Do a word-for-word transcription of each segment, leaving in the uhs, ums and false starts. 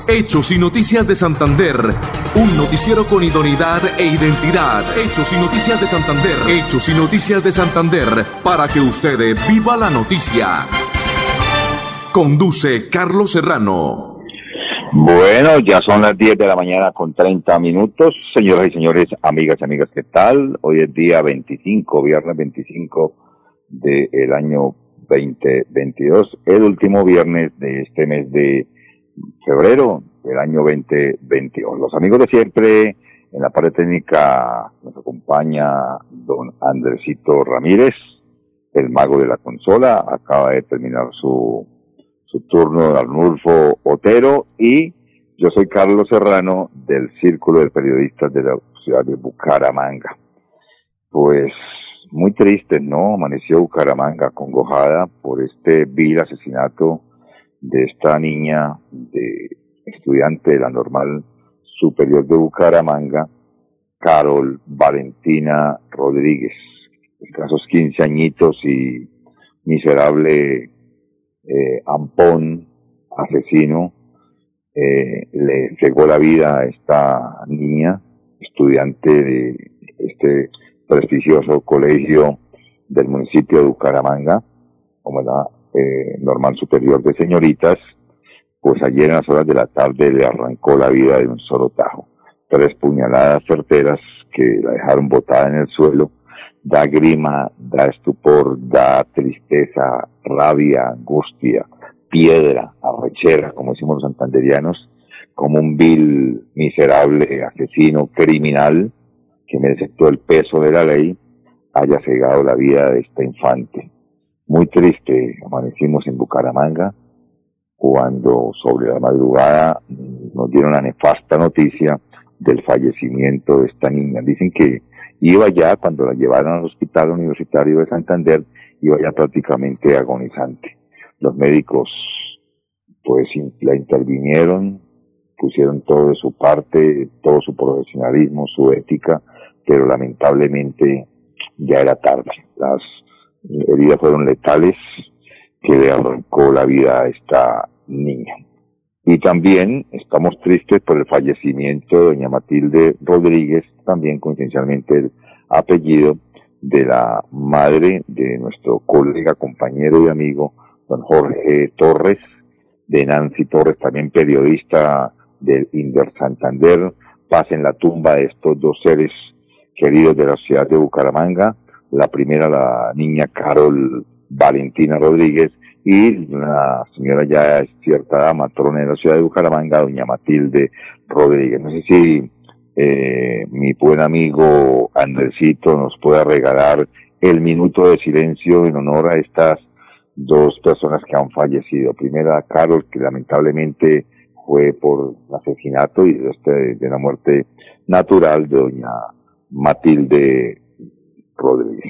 Hechos y Noticias de Santander, un noticiero con idoneidad e identidad. Hechos y Noticias de Santander, Hechos y Noticias de Santander, para que usted viva la noticia. Conduce Carlos Serrano. Bueno, ya son las diez de la mañana con treinta minutos. Señoras y señores, amigas y amigas, ¿qué tal? Hoy es día veinticinco, viernes veinticinco del año veinte veintidós, el último viernes de este mes de febrero del año veinte veintidós. Los amigos de siempre, en la parte técnica nos acompaña don Andresito Ramírez, el mago de la consola. Acaba de terminar su, su turno de Arnulfo Otero, y yo soy Carlos Serrano del Círculo de Periodistas de la ciudad de Bucaramanga. Pues muy triste, ¿no? Amaneció Bucaramanga acongojada por este vil asesinato de esta niña, de estudiante de la Normal Superior de Bucaramanga, Carol Valentina Rodríguez. Escasos quince añitos y miserable eh, ampón asesino eh, le cegó la vida a esta niña, estudiante de este prestigioso colegio del municipio de Bucaramanga, como la Eh, Normal Superior de Señoritas. Pues ayer en las horas de la tarde le arrancó la vida de un solo tajo. Tres puñaladas certeras que la dejaron botada en el suelo. Da grima, da estupor, da tristeza, rabia, angustia, piedra, arrechera, como decimos los santanderianos, como un vil, miserable asesino criminal que merece todo el peso de la ley haya cegado la vida de esta infante. Muy triste amanecimos en Bucaramanga cuando sobre la madrugada nos dieron la nefasta noticia del fallecimiento de esta niña. Dicen que iba ya, cuando la llevaron al Hospital Universitario de Santander, iba ya prácticamente agonizante. Los médicos pues la intervinieron, pusieron todo de su parte, todo su profesionalismo, su ética, pero lamentablemente ya era tarde. Las heridas fueron letales, que le arrancó la vida a esta niña. Y también estamos tristes por el fallecimiento de doña Matilde Rodríguez, también coincidencialmente el apellido de la madre de nuestro colega, compañero y amigo, don Jorge Torres, de Nancy Torres, también periodista del Inder Santander. Paz en la tumba de estos dos seres queridos de la ciudad de Bucaramanga. La primera, la niña Carol Valentina Rodríguez, y la señora ya es cierta matrona de la ciudad de Bucaramanga, doña Matilde Rodríguez. No sé si eh, mi buen amigo Andresito nos pueda regalar el minuto de silencio en honor a estas dos personas que han fallecido. Primera, Carol, que lamentablemente fue por asesinato, y este de la muerte natural de doña Matilde Rodríguez.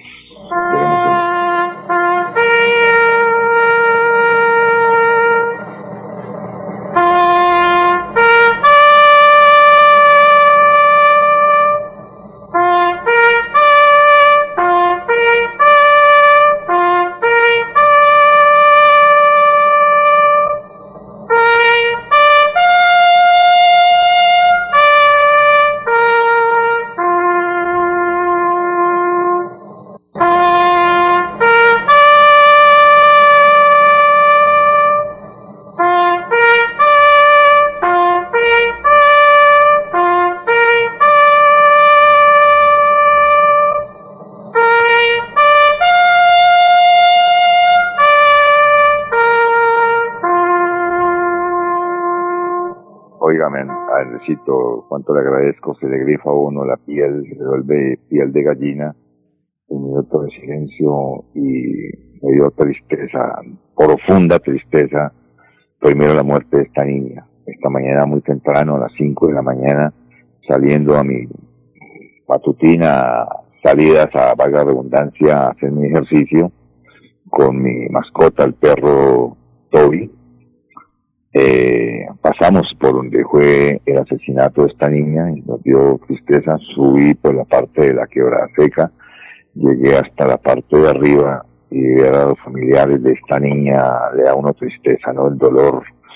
Cuánto le agradezco, se le grifa a uno la piel, se le vuelve piel de gallina, el minuto de silencio, y me dio tristeza, profunda tristeza, primero la muerte de esta niña. Esta mañana muy temprano, a las cinco de la mañana, saliendo a mi matutina, salidas a, valga la redundancia, a hacer mi ejercicio, con mi mascota, el perro Toby. Eh, pasamos por donde fue el asesinato de esta niña y nos dio tristeza. Subí por la parte de la Quebrada Seca, llegué hasta la parte de arriba y ver a los familiares de esta niña le da uno tristeza, ¿no? El dolor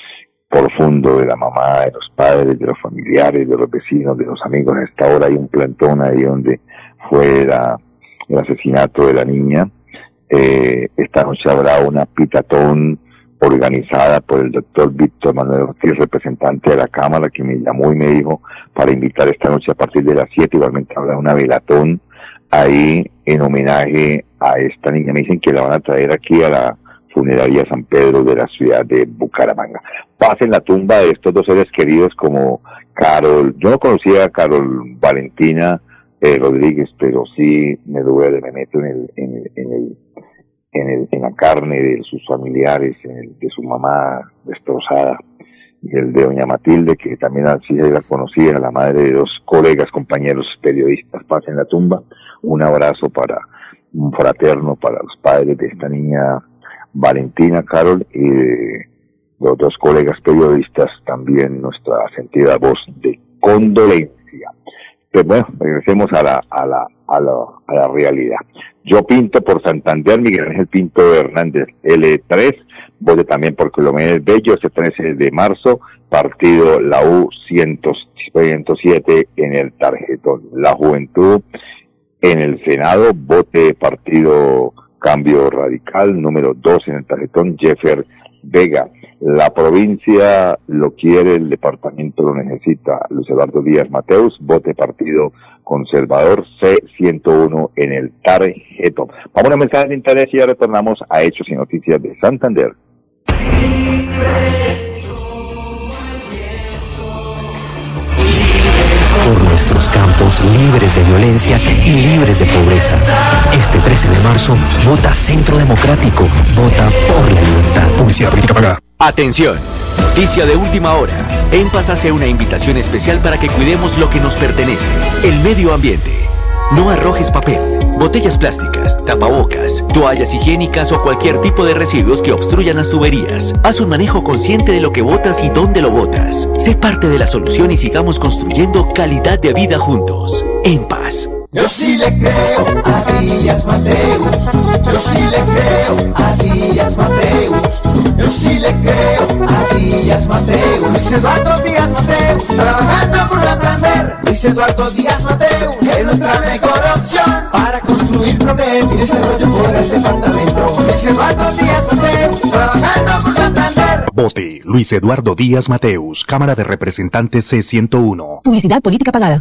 profundo de la mamá, de los padres, de los familiares, de los vecinos, de los amigos. A esta hora hay un plantón ahí donde fue la, el asesinato de la niña. Eh, esta noche habrá una pitatón organizada por el doctor Víctor Manuel Ortiz, representante de la Cámara, que me llamó y me dijo para invitar esta noche a partir de las siete. Igualmente habrá una velatón ahí en homenaje a esta niña. Me dicen que la van a traer aquí a la funeraria San Pedro de la ciudad de Bucaramanga. Pasen la tumba de estos dos seres queridos como Carol. Yo no conocía a Carol Valentina eh, Rodríguez, pero sí me duele, me meto en el, en el, en el, en el, en la carne de sus familiares, en el, de su mamá destrozada, y el de doña Matilde, que también así la conocía, la madre de dos colegas, compañeros periodistas. Pasen la tumba. Un abrazo para un fraterno para los padres de esta niña Valentina, Carol, y de los dos colegas periodistas, también nuestra sentida voz de condolencia. Pues bueno, regresemos a la, a la, a la, a la realidad. Yo pinto por Santander, Miguel Ángel Pinto Hernández, L tres, vote también por Colombia Bello, este trece de marzo, partido la U ciento siete en el tarjetón. La Juventud en el Senado, vote partido Cambio Radical, número dos en el tarjetón, Jeffer Vega. La provincia lo quiere, el departamento lo necesita, Luis Eduardo Díaz Mateus, vote partido conservador, C ciento uno en el tarjetón. Vamos a un mensaje de interés y ya retornamos a Hechos y Noticias de Santander. Por nuestros campos libres de violencia y libres de pobreza. Este trece de marzo, vota Centro Democrático, vota por la libertad. Publicidad política pagada. Atención, noticia de última hora. En Paz hace una invitación especial para que cuidemos lo que nos pertenece, el medio ambiente. No arrojes papel, botellas plásticas, tapabocas, toallas higiénicas o cualquier tipo de residuos que obstruyan las tuberías. Haz un manejo consciente de lo que botas y dónde lo botas. Sé parte de la solución y sigamos construyendo calidad de vida juntos. En Paz. Yo sí le creo a Díaz Mateus, yo sí le creo a Díaz Mateus, yo sí le creo a Díaz Mateus, Luis Eduardo Díaz Mateus, trabajando por Santander. Luis Eduardo Díaz Mateus es nuestra mejor opción para construir progreso y desarrollo por el departamento. Luis Eduardo Díaz Mateus, trabajando por Santander. Vote Luis Eduardo Díaz Mateus, Cámara de Representantes C ciento uno. Publicidad política pagada.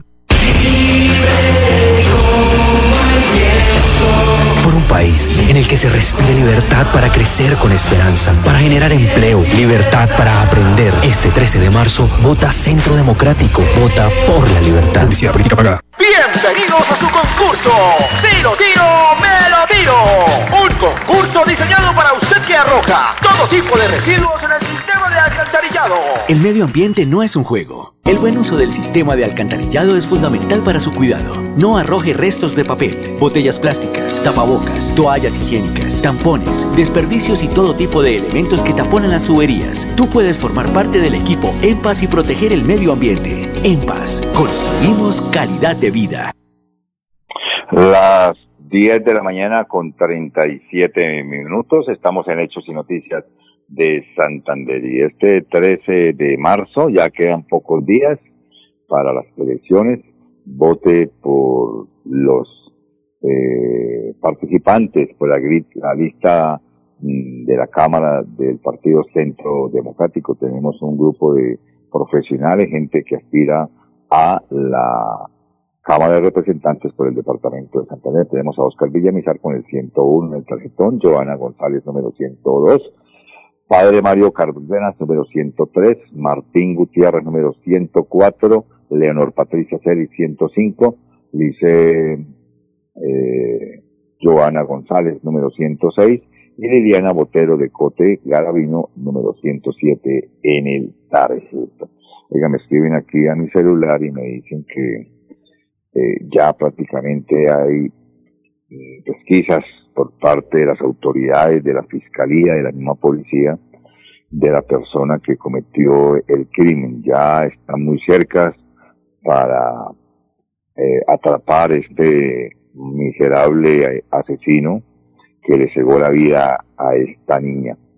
Por un país en el que se respire libertad para crecer con esperanza, para generar empleo, libertad para aprender. Este trece de marzo, vota Centro Democrático, vota por la libertad. Publicidad política pagada. Bienvenidos a su concurso. Si lo tiro, me lo tiro. Un concurso diseñado para usted que arroja todo tipo de residuos en el sistema de alcantarillado. El medio ambiente no es un juego. El buen uso del sistema de alcantarillado es fundamental para su cuidado. No arroje restos de papel, botellas plásticas, tapabocas, toallas higiénicas, tampones, desperdicios y todo tipo de elementos que taponan las tuberías. Tú puedes formar parte del equipo En Paz y proteger el medio ambiente. En Paz, construimos calidad de vida. Las diez de la mañana con treinta y siete minutos, estamos en Hechos y Noticias de Santander, y este trece de marzo ya quedan pocos días para las elecciones. Vote por los eh, participantes por la, la lista de la Cámara del Partido Centro Democrático. Tenemos un grupo de profesionales, gente que aspira a la Cámara de Representantes por el Departamento de Santander. Tenemos a Oscar Villamizar con el ciento uno en el tarjetón, Joana González número ciento dos, Padre Mario Cárdenas número ciento tres, Martín Gutiérrez número ciento cuatro, Leonor Patricia Celis ciento cinco, Lice eh, Joana González número ciento seis y Liliana Botero de Cote Garavino número ciento siete en el tarjeta. Oiga, me escriben aquí a mi celular y me dicen que eh, ya prácticamente hay eh, pesquisas por parte de las autoridades, de la Fiscalía, de la misma policía, de la persona que cometió el crimen. Ya están muy cerca para eh, atrapar este miserable asesino que le cegó la vida a esta niña.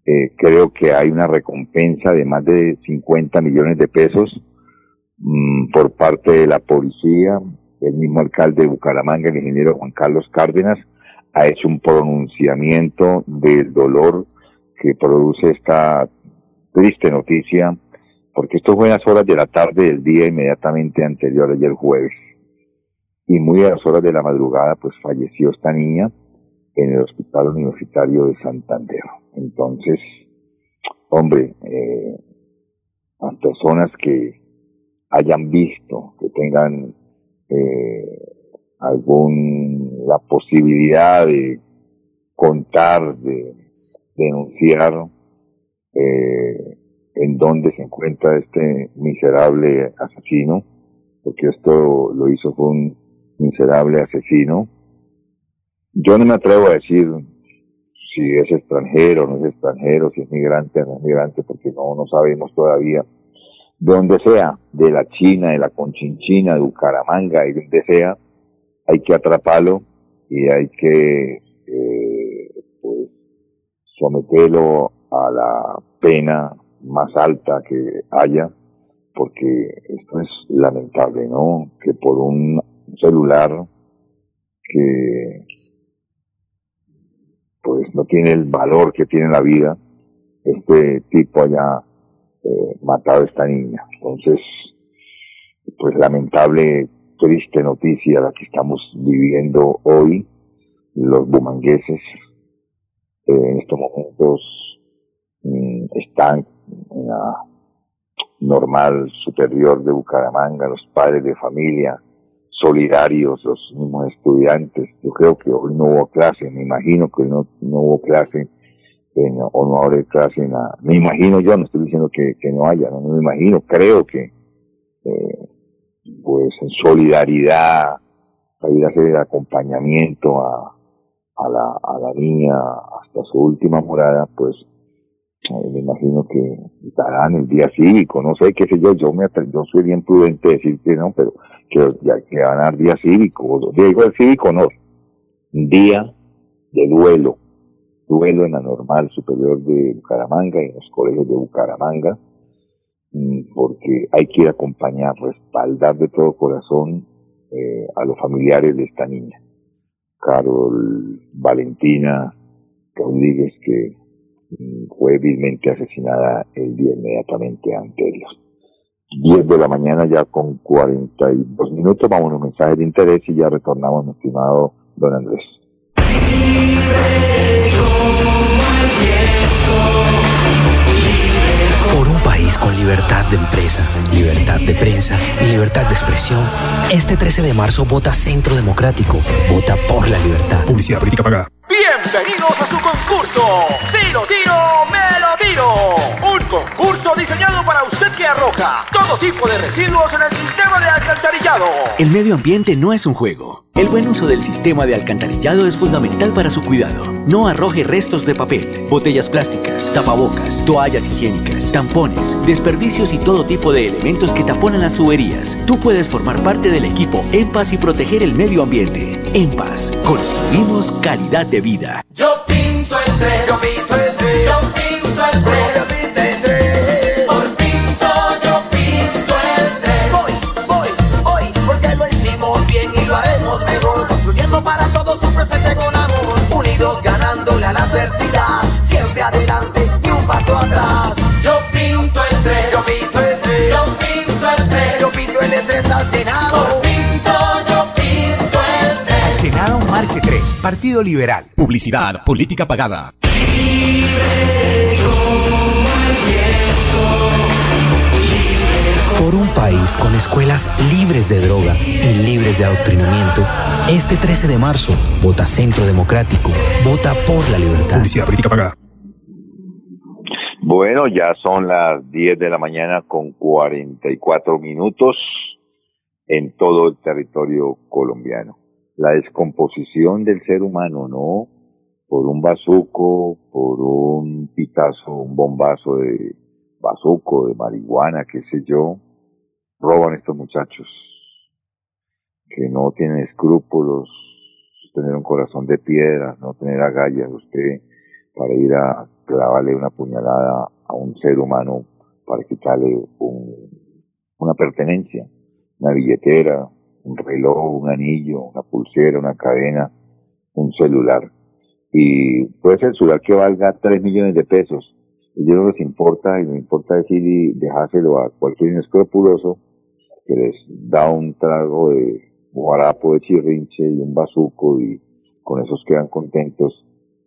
Eh, creo que hay una recompensa de más de cincuenta millones de pesos mmm, por parte de la policía. El mismo alcalde de Bucaramanga, el ingeniero Juan Carlos Cárdenas, ha hecho un pronunciamiento del dolor que produce esta triste noticia, porque esto fue en las horas de la tarde del día inmediatamente anterior, ayer jueves, y muy a las horas de la madrugada pues falleció esta niña en el Hospital Universitario de Santander. Entonces, hombre, eh, las personas que hayan visto, que tengan eh, algún la posibilidad de contar, de denunciar eh, en dónde se encuentra este miserable asesino, porque esto lo hizo fue un miserable asesino. Yo no me atrevo a decir si es extranjero o no es extranjero, si es migrante o no es migrante, porque no, no sabemos todavía. De donde sea, de la China, de la Conchinchina, de Bucaramanga, de donde sea, hay que atraparlo y hay que eh, pues, someterlo a la pena más alta que haya, porque esto es lamentable, ¿no? Que por un celular que pues no tiene el valor que tiene la vida, este tipo haya eh, matado a esta niña. Entonces, pues lamentable, triste noticia la que estamos viviendo hoy. Los bumangueses eh, en estos momentos mmm, están en la normal superior de Bucaramanga, los padres de familia, solidarios, los mismos estudiantes. Yo creo que hoy no hubo clase, me imagino que no, no hubo clase en, o no habrá clase en la, me imagino yo, no estoy diciendo que, que no haya, no, no me imagino, creo que eh, pues en solidaridad para ir a hacer el acompañamiento a, a la, a la niña hasta su última morada, pues eh, me imagino que darán el día cívico, no sé, qué sé yo, yo me yo soy bien prudente de decir que no, pero que ya que van a dar día cívico, digo el cívico no, día de duelo, duelo en la normal superior de Bucaramanga y en los colegios de Bucaramanga, porque hay que ir a acompañar, respaldar de todo corazón eh, a los familiares de esta niña, Carol Valentina Rodríguez, que fue vilmente asesinada el día inmediatamente anterior. diez de la mañana ya con cuarenta y dos minutos, vamos a los mensajes de interés y ya retornamos, mi estimado don Andrés. Por un país con libertad de empresa, libertad de prensa y libertad de expresión, este trece de marzo vota Centro Democrático, vota por la libertad. Publicidad política pagada. Bienvenidos a su concurso. Si lo tiro, me lo tiro. Un concurso diseñado para usted que arroja todo tipo de residuos en el sistema de alcantarillado. El medio ambiente no es un juego. El buen uso del sistema de alcantarillado es fundamental para su cuidado. No arroje restos de papel, botellas plásticas, tapabocas, toallas higiénicas, tampones, desperdicios y todo tipo de elementos que taponan las tuberías. Tú puedes formar parte del equipo En Paz y proteger el medio ambiente. En Paz, construimos calidad de vida. Yo pinto el tres, yo pinto el tres, yo pinto el tres. Por pinto, yo pinto el tres. Voy, voy, voy, porque lo hicimos bien y lo haremos mejor. Construyendo para todos un presente con amor. Unidos ganándole a la adversidad. Siempre adelante y un paso atrás. Yo pinto el tres, yo pinto el tres, yo pinto el tres. Yo pinto el tres al Senado. Por pinto, yo pinto el tres. Senado Marque tres, Partido Liberal. Publicidad política pagada. Por un país con escuelas libres de droga y libres de adoctrinamiento, este trece de marzo, vota Centro Democrático, vota por la libertad. Publicidad política pagada. Bueno, ya son las diez de la mañana con cuarenta y cuatro minutos en todo el territorio colombiano. La descomposición del ser humano, ¿no? Por un bazuco, por un pitazo, un bombazo de bazuco, de marihuana, qué sé yo, roban estos muchachos que no tienen escrúpulos, tener un corazón de piedra, no tener agallas. Usted para ir a clavarle una puñalada a un ser humano para quitarle un, una pertenencia, una billetera, un reloj, un anillo, una pulsera, una cadena, un celular. Y puede ser el celular que valga tres millones de pesos. Y ellos no les importa, y no importa decir y dejárselo a cualquier inescrupuloso que les da un trago de guarapo de chirrinche y un bazuco, y con esos quedan contentos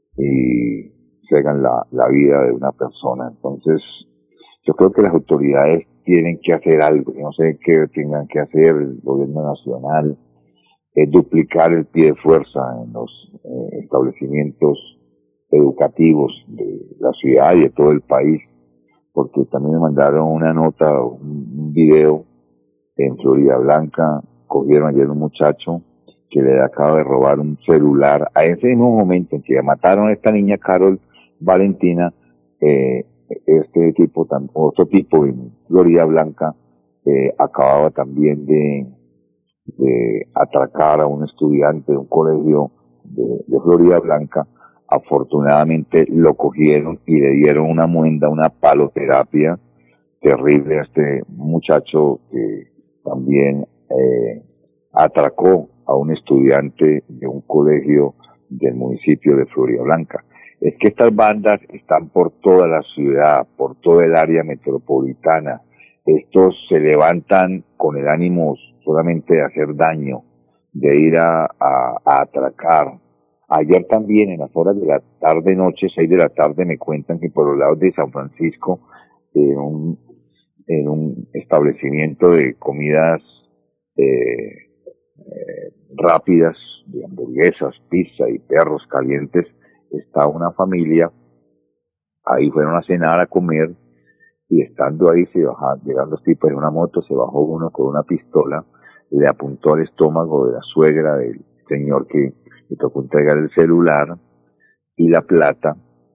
y fregan la, la vida de una persona. Entonces, yo creo que las autoridades tienen que hacer algo. Yo no sé qué tengan que hacer el gobierno nacional, es duplicar el pie de fuerza en los eh, establecimientos educativos de la ciudad y de todo el país, porque también me mandaron una nota, un, un video en Florida Blanca. Cogieron ayer un muchacho que le acaba de robar un celular. A ese mismo momento en que mataron a esta niña Carol Valentina, eh, este tipo, otro tipo en Florida Blanca, eh, acababa también de, de atracar a un estudiante de un colegio de, de Florida Blanca. Afortunadamente lo cogieron y le dieron una muenda, una paloterapia terrible a este muchacho que también eh, atracó a un estudiante de un colegio del municipio de Florida Blanca. Es que estas bandas están por toda la ciudad, por toda el área metropolitana. Estos se levantan con el ánimo solamente de hacer daño, de ir a, a, a atracar. Ayer también, en las horas de la tarde-noche, seis de la tarde, me cuentan que por los lados de San Francisco, en un, en un establecimiento de comidas eh, eh, rápidas, de hamburguesas, pizza y perros calientes, está una familia. Ahí fueron a cenar, a comer, y estando ahí, se bajaron, llegando los tipos en una moto, se bajó uno con una pistola, le apuntó al estómago de la suegra del señor que le tocó entregar el celular y la plata,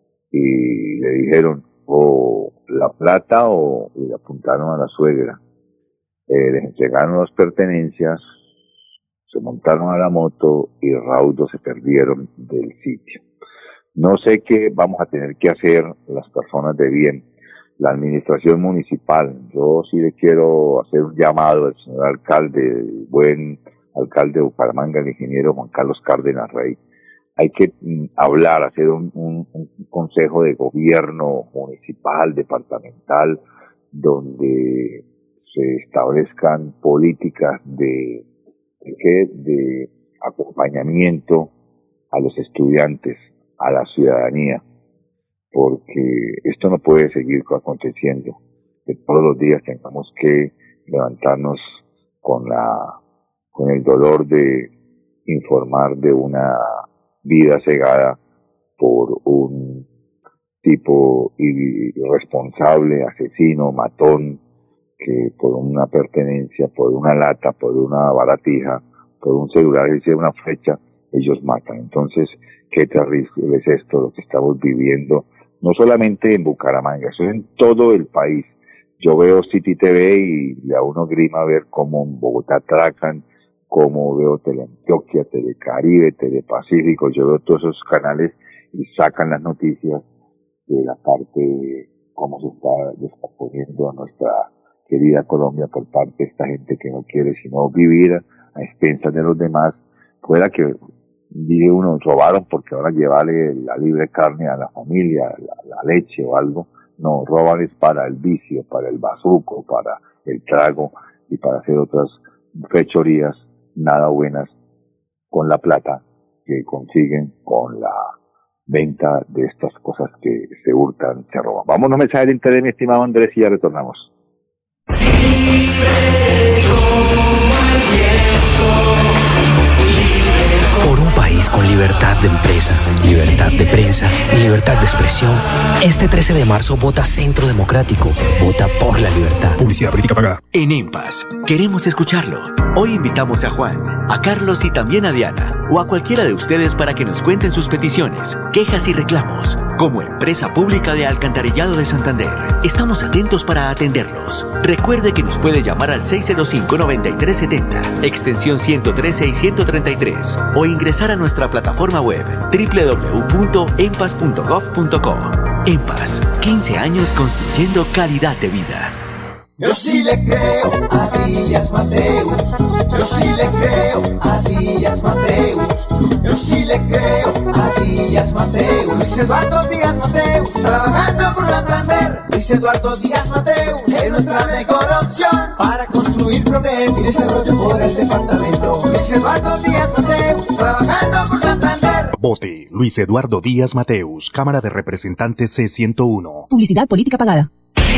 y le dijeron o la plata o y le apuntaron a la suegra. Eh, les entregaron las pertenencias, se montaron a la moto y raudos se perdieron del sitio. No sé qué vamos a tener que hacer las personas de bien, la administración municipal. Yo sí le quiero hacer un llamado al señor alcalde, el buen alcalde de Bucaramanga, el ingeniero Juan Carlos Cárdenas Rey. Hay que mm, hablar, hacer un, un, un consejo de gobierno municipal, departamental, donde se establezcan políticas de, de, de acompañamiento a los estudiantes, a la ciudadanía, porque esto no puede seguir aconteciendo, que todos los días tengamos que levantarnos con la con el dolor de informar de una vida cegada por un tipo irresponsable, asesino, matón, que por una pertenencia, por una lata, por una baratija, por un celular, y una flecha, ellos matan. Entonces, qué terrible es esto, lo que estamos viviendo, no solamente en Bucaramanga, eso es en todo el país. Yo veo City T V y le da uno grima ver cómo en Bogotá atracan, cómo veo Teleantioquia, Telecaribe, Telepacífico, yo veo todos esos canales y sacan las noticias de la parte, cómo se está descomponiendo a nuestra querida Colombia por parte de esta gente que no quiere sino vivir a expensas de los demás. Fuera que dije uno, robaron porque ahora llevarle la libre carne a la familia, la, la leche o algo. No, roban es para el vicio, para el bazuco, para el trago y para hacer otras fechorías nada buenas con la plata que consiguen con la venta de estas cosas que se hurtan, se roban. Vamos a un mensaje de interés, mi estimado Andrés, y ya retornamos. Por un país con libertad de empresa, libertad de prensa y libertad de expresión, este trece de marzo vota Centro Democrático. Vota por la libertad. Publicidad política pagada. En EMPAS, queremos escucharlo. Hoy invitamos a Juan, a Carlos y también a Diana, o a cualquiera de ustedes para que nos cuenten sus peticiones, quejas y reclamos. Como empresa pública de Alcantarillado de Santander, estamos atentos para atenderlos. Recuerde que nos puede llamar al seis cero cinco, nueve tres siete cero, extensión ciento trece y ciento treinta y tres, o ingresar a nuestra nuestra plataforma web doble u doble u doble u punto empas punto gov punto co. EMPAS, quince años construyendo calidad de vida. Yo sí le creo a Díaz Mateus, yo sí le creo a Díaz Mateus, yo sí le creo a Díaz Mateus, Luis Eduardo Díaz Mateus, trabajando por Santander. Luis Eduardo Díaz Mateus es nuestra mejor opción para construir progreso y desarrollo por el departamento. Luis Eduardo Díaz Mateus, trabajando por Santander. Vote Luis Eduardo Díaz Mateus, Cámara de Representantes C ciento uno. Publicidad política pagada.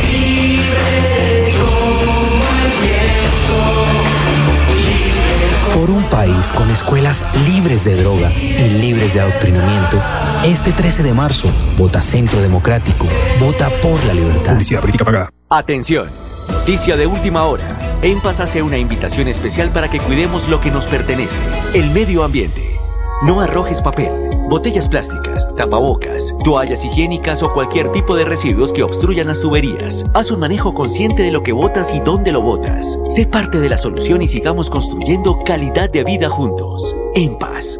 Por un país con escuelas libres de droga y libres de adoctrinamiento, este trece de marzo, vota Centro Democrático, vota por la libertad. Publicidad política pagada. Atención, noticia de última hora. EMPAS hace una invitación especial para que cuidemos lo que nos pertenece, el medio ambiente. No arrojes papel, botellas plásticas, tapabocas, toallas higiénicas o cualquier tipo de residuos que obstruyan las tuberías. Haz un manejo consciente de lo que botas y dónde lo botas. Sé parte de la solución y sigamos construyendo calidad de vida juntos. EMPAS.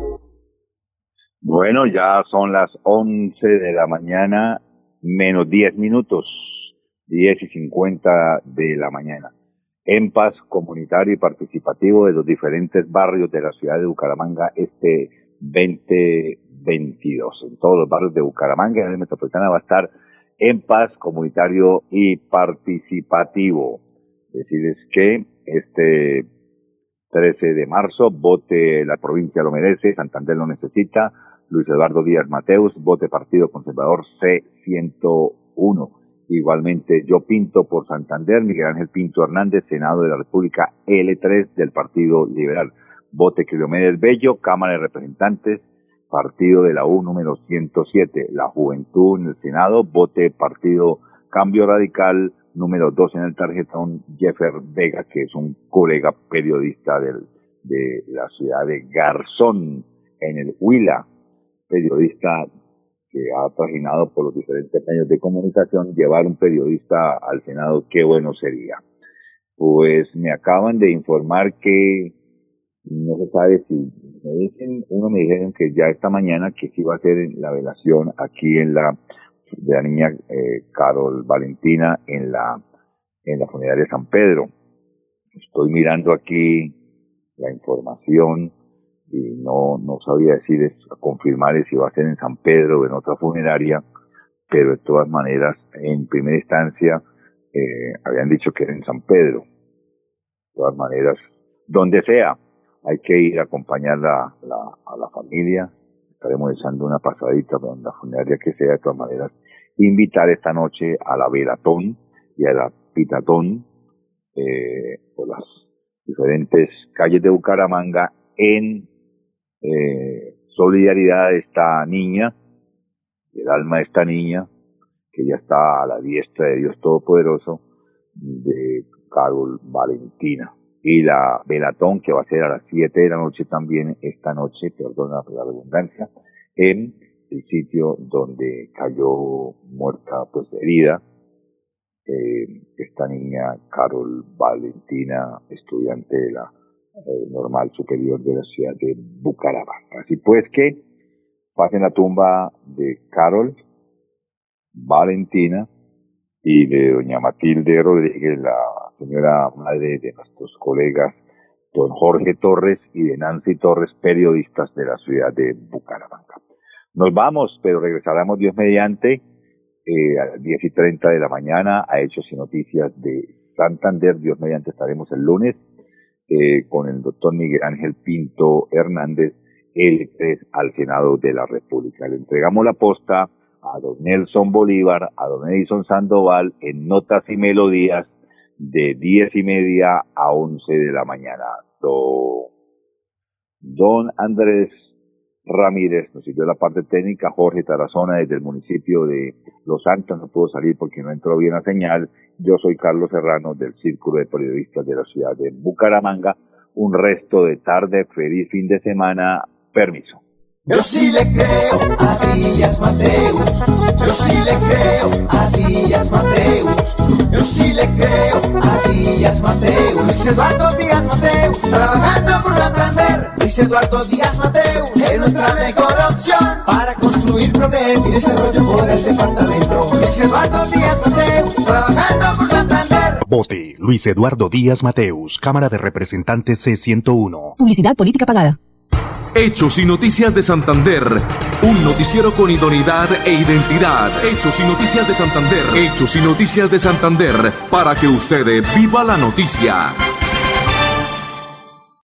Bueno, ya son las once de la mañana, menos diez minutos, diez y cincuenta de la mañana. EMPAS comunitario y participativo de los diferentes barrios de la ciudad de Bucaramanga este veinte veintidós. En todos los barrios de Bucaramanga, en la área metropolitana, va a estar EMPAS comunitario y participativo. Decirles que este trece de marzo, vote La Provincia lo merece, Santander lo necesita, Luis Eduardo Díaz Mateus, vote Partido Conservador C ciento uno. Igualmente, yo pinto por Santander, Miguel Ángel Pinto Hernández, Senado de la República L tres del Partido Liberal. Vote Cleomedes Bello, Cámara de Representantes, Partido de la U número ciento siete. La Juventud en el Senado, vote Partido Cambio Radical número dos en el tarjetón, Jeffer Vega, que es un colega periodista del, de la ciudad de Garzón, en el Huila, periodista que ha trajinado por los diferentes medios de comunicación. Llevar un periodista al Senado, qué bueno sería. Pues me acaban de informar que no se sabe si, me dicen, uno me dijeron que ya esta mañana que sí va a ser la velación aquí en la, de la niña eh, Carol Valentina en la, en la funeraria de San Pedro. Estoy mirando aquí la información y no, no sabía decir, es, confirmar si va a ser en San Pedro o en otra funeraria, pero de todas maneras, en primera instancia, eh, habían dicho que era en San Pedro. De todas maneras, donde sea, hay que ir a acompañar la, la, a la familia. Estaremos echando una pasadita en la funeraria que sea. De todas maneras, invitar esta noche a la velatón y a la pitatón eh, por las diferentes calles de Bucaramanga en eh, solidaridad de esta niña, del alma de esta niña, que ya está a la diestra de Dios Todopoderoso, de Carol Valentina. Y la velatón, que va a ser a las siete de la noche también, esta noche, perdona la redundancia, en el sitio donde cayó muerta, pues herida, eh, esta niña Carol Valentina, estudiante de la eh, Normal Superior de la ciudad de Bucaramanga. Así pues que pasen la tumba de Carol Valentina y de doña Matilde Rodríguez, la señora madre de nuestros colegas don Jorge Torres y de Nancy Torres, periodistas de la ciudad de Bucaramanga. Nos vamos, pero regresaremos Dios mediante eh, a las diez y treinta de la mañana a Hechos y Noticias de Santander. Dios mediante estaremos el lunes eh, con el doctor Miguel Ángel Pinto Hernández, L tres al Senado de la República. Le entregamos la posta a don Nelson Bolívar, a don Edison Sandoval en Notas y Melodías de diez y media a once de la mañana. Don, don Andrés Ramírez nos sirvió la parte técnica. Jorge Tarazona desde el municipio de Los Santos no pudo salir porque no entró bien la señal. Yo soy Carlos Serrano del Círculo de Periodistas de la ciudad de Bucaramanga. Un resto de tarde, feliz fin de semana. Permiso. Yo sí le creo a Díaz Mateus, yo sí le creo a Díaz Mateus, yo sí le creo a Díaz Mateus, Luis Eduardo Díaz Mateus, trabajando por Santander. Luis Eduardo Díaz Mateus es nuestra mejor opción para construir progreso y desarrollo por el departamento. Luis Eduardo Díaz Mateus, trabajando por Santander. Vote Luis Eduardo Díaz Mateus, Cámara de Representantes C ciento uno. Publicidad política pagada. Hechos y Noticias de Santander, un noticiero con idoneidad e identidad. Hechos y Noticias de Santander, Hechos y Noticias de Santander, para que usted viva la noticia.